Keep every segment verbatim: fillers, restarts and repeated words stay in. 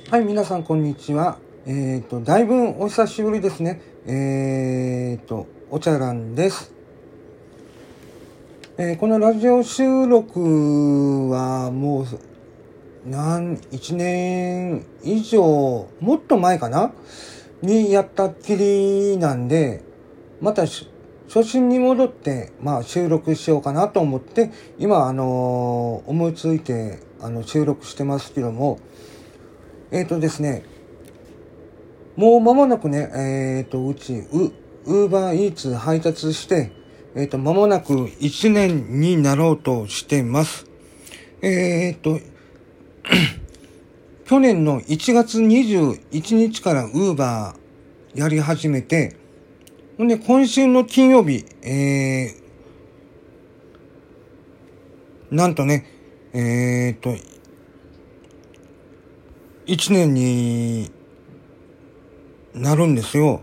はい、皆さんこんにちは。えっ、と、だいぶお久しぶりですね。えっ、と、お茶蘭です。えーこのラジオ収録はもう、なん、一年以上、もっと前かなにやったっきりなんで、またし初心に戻って、まあ収録しようかなと思って、今、あのー思いついて、あの、収録してますけども、えっ、とですね、もう間もなくね、えっ、と、うち、ウ、ウーバーイーツ配達して、えっ、と、間もなくいちねんになろうとしてます。えっ、と、去年のいちがつにじゅういちにちからウーバーやり始めて、ほんで、今週の金曜日、えー、なんとね、えっ、と、いちねんになるんですよ。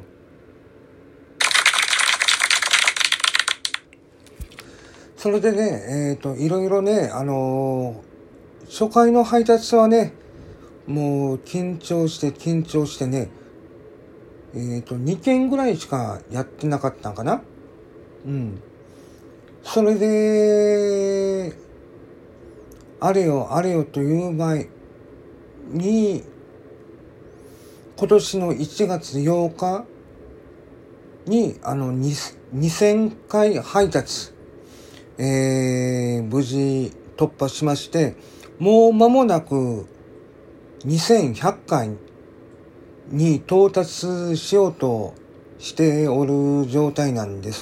それでね、えっ、と、いろいろね、あのー初回の配達はね、もう緊張して緊張してね、えっ、と、にけんぐらいしかやってなかったんかな。うん。それで、あれよあれよという前に、今年のいちがつようかに、あの、にせんかい配達、えー、無事突破しまして、もう間もなくにせんひゃっかいに到達しようとしておる状態なんです。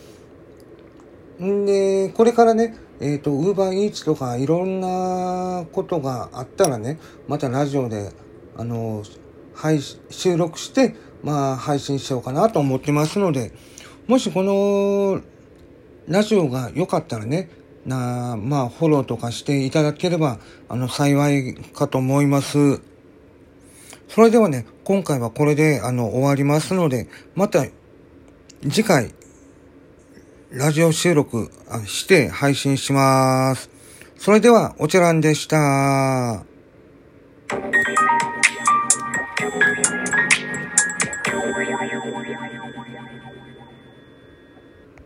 んで、これからね、えっと、ウーバーイーツとかいろんなことがあったらね、またラジオで、あの、配信、収録して、まあ、配信しようかなと思ってますので、もしこのラジオが良かったらね、なまあ、フォローとかしていただければ、あの、幸いかと思います。それではね、今回はこれで、あの、終わりますので、また、次回、ラジオ収録して配信します。それでは、おちゃらんでした。